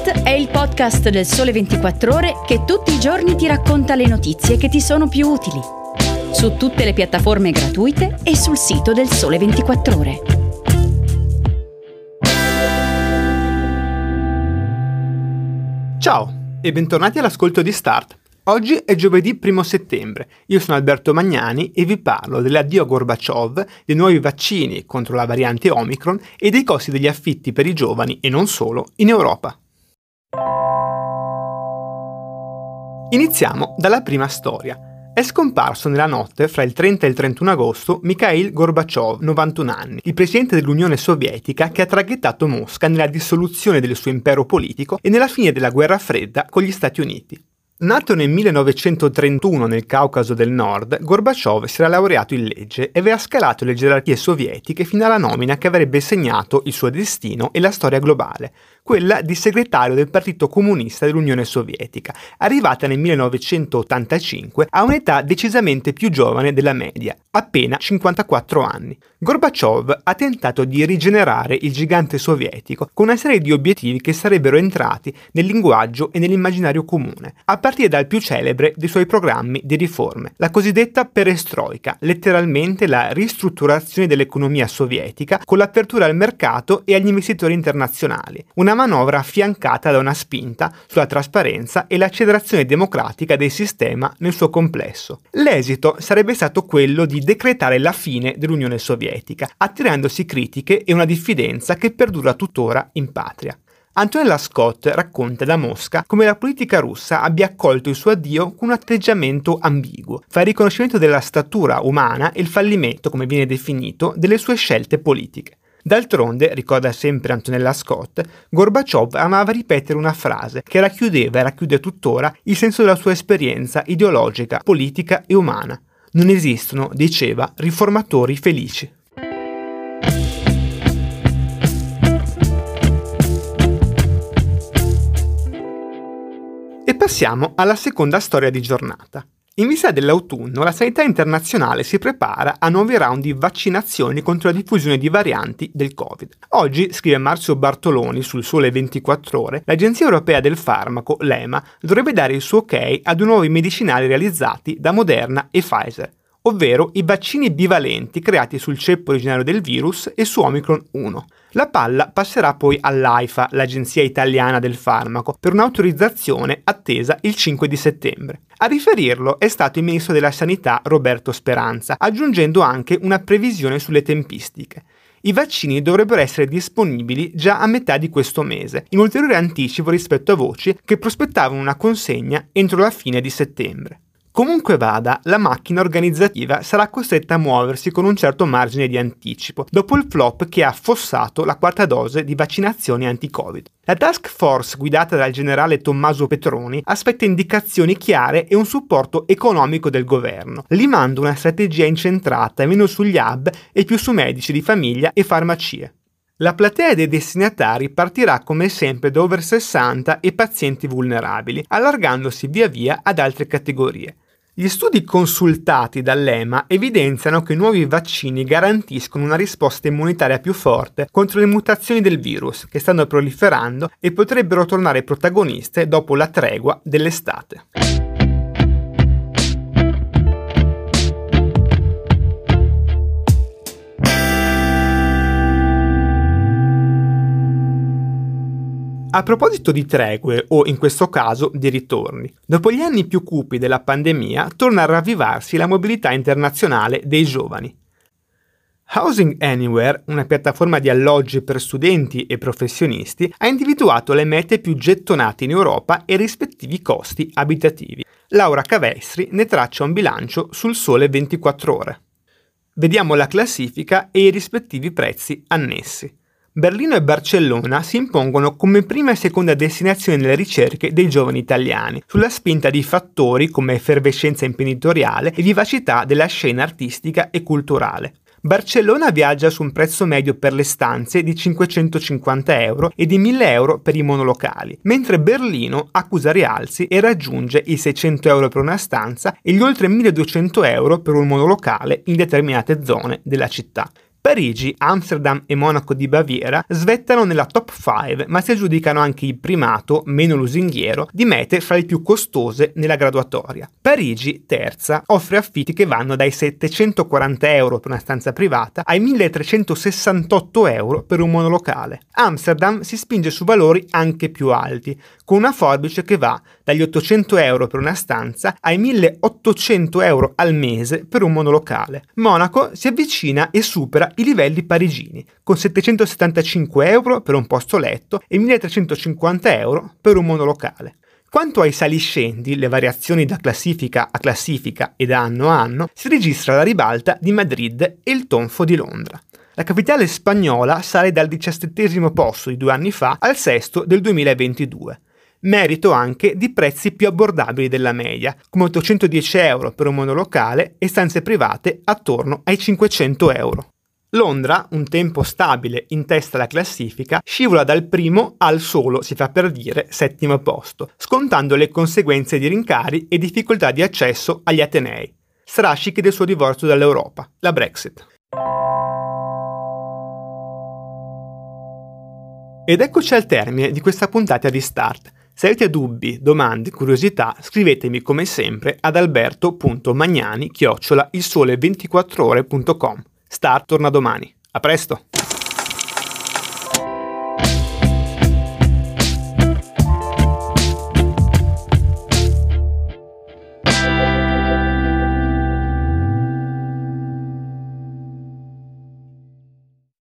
Start è il podcast del Sole 24 Ore che tutti i giorni ti racconta le notizie che ti sono più utili. Su tutte le piattaforme gratuite e sul sito del Sole 24 Ore. Ciao e bentornati all'ascolto di Start. Oggi è giovedì 1 settembre, io sono Alberto Magnani e vi parlo dell'addio a Gorbaciov, dei nuovi vaccini contro la variante Omicron e dei costi degli affitti per i giovani e non solo in Europa. Iniziamo dalla prima storia. È scomparso nella notte fra il 30 e il 31 agosto Mikhail Gorbaciov, 91 anni, il presidente dell'Unione Sovietica che ha traghettato Mosca nella dissoluzione del suo impero politico e nella fine della guerra fredda con gli Stati Uniti. Nato nel 1931 nel Caucaso del Nord, Gorbaciov si era laureato in legge e aveva scalato le gerarchie sovietiche fino alla nomina che avrebbe segnato il suo destino e la storia globale, quella di segretario del Partito Comunista dell'Unione Sovietica, arrivata nel 1985 a un'età decisamente più giovane della media, appena 54 anni. Gorbaciov ha tentato di rigenerare il gigante sovietico con una serie di obiettivi che sarebbero entrati nel linguaggio e nell'immaginario comune, a partire dal più celebre dei suoi programmi di riforme, la cosiddetta perestroika, letteralmente la ristrutturazione dell'economia sovietica con l'apertura al mercato e agli investitori internazionali, una manovra affiancata da una spinta sulla trasparenza e l'accelerazione democratica del sistema nel suo complesso. L'esito sarebbe stato quello di decretare la fine dell'Unione Sovietica, attirandosi critiche e una diffidenza che perdura tuttora in patria. Antonella Scott racconta da Mosca come la politica russa abbia accolto il suo addio con un atteggiamento ambiguo, fra il riconoscimento della statura umana e il fallimento, come viene definito, delle sue scelte politiche. D'altronde, ricorda sempre Antonella Scott, Gorbaciov amava ripetere una frase che racchiudeva e racchiude tuttora il senso della sua esperienza ideologica, politica e umana. Non esistono, diceva, riformatori felici. E passiamo alla seconda storia di giornata. In vista dell'autunno, la sanità internazionale si prepara a nuovi round di vaccinazioni contro la diffusione di varianti del Covid. Oggi, scrive Marzio Bartoloni sul Sole 24 Ore, l'Agenzia Europea del Farmaco, l'EMA, dovrebbe dare il suo ok a 2 nuovi medicinali realizzati da Moderna e Pfizer, ovvero i vaccini bivalenti creati sul ceppo originario del virus e su Omicron 1. La palla passerà poi all'AIFA, l'Agenzia Italiana del Farmaco, per un'autorizzazione attesa il 5 di settembre. A riferirlo è stato il ministro della Sanità Roberto Speranza, aggiungendo anche una previsione sulle tempistiche. I vaccini dovrebbero essere disponibili già a metà di questo mese, in ulteriore anticipo rispetto a voci che prospettavano una consegna entro la fine di settembre. Comunque vada, la macchina organizzativa sarà costretta a muoversi con un certo margine di anticipo, dopo il flop che ha affossato la 4ª dose di vaccinazioni anti-Covid. La task force guidata dal generale Tommaso Petroni aspetta indicazioni chiare e un supporto economico del governo, limando una strategia incentrata meno sugli hub e più su medici di famiglia e farmacie. La platea dei destinatari partirà come sempre da over 60 e pazienti vulnerabili, allargandosi via via ad altre categorie. Gli studi consultati dall'EMA evidenziano che i nuovi vaccini garantiscono una risposta immunitaria più forte contro le mutazioni del virus che stanno proliferando e potrebbero tornare protagoniste dopo la tregua dell'estate. A proposito di tregue, o in questo caso di ritorni, dopo gli anni più cupi della pandemia torna a ravvivarsi la mobilità internazionale dei giovani. Housing Anywhere, una piattaforma di alloggi per studenti e professionisti, ha individuato le mete più gettonate in Europa e i rispettivi costi abitativi. Laura Cavestri ne traccia un bilancio sul Sole 24 Ore. Vediamo la classifica e i rispettivi prezzi annessi. Berlino e Barcellona si impongono come prima e seconda destinazione nelle ricerche dei giovani italiani, sulla spinta di fattori come effervescenza imprenditoriale e vivacità della scena artistica e culturale. Barcellona viaggia su un prezzo medio per le stanze di 550 euro e di 1000 euro per i monolocali, mentre Berlino accusa rialzi e raggiunge i 600 euro per una stanza e gli oltre 1200 euro per un monolocale in determinate zone della città. Parigi, Amsterdam e Monaco di Baviera svettano nella top 5, ma si aggiudicano anche il primato, meno lusinghiero, di mete fra le più costose nella graduatoria. Parigi, terza, offre affitti che vanno dai 740 euro per una stanza privata ai 1368 euro per un monolocale. Amsterdam si spinge su valori anche più alti, con una forbice che va dagli 800 euro per una stanza ai 1800 euro al mese per un monolocale. Monaco si avvicina e supera i livelli parigini, con 775 euro per un posto letto e 1350 euro per un monolocale. Quanto ai saliscendi, le variazioni da classifica a classifica e da anno a anno, si registra la ribalta di Madrid e il tonfo di Londra. La capitale spagnola sale dal 17° posto di 2 anni fa al 6° del 2022. Merito anche di prezzi più abbordabili della media, come 810 euro per un monolocale e stanze private attorno ai 500 euro. Londra, un tempo stabile in testa alla classifica, scivola dal primo al solo, si fa per dire, 7° posto, scontando le conseguenze di rincari e difficoltà di accesso agli atenei. Strascichi del suo divorzio dall'Europa, la Brexit. Ed eccoci al termine di questa puntata di Start. Se avete dubbi, domande, curiosità, scrivetemi come sempre ad alberto.magnani@ilsole24ore.com. Start torna domani. A presto!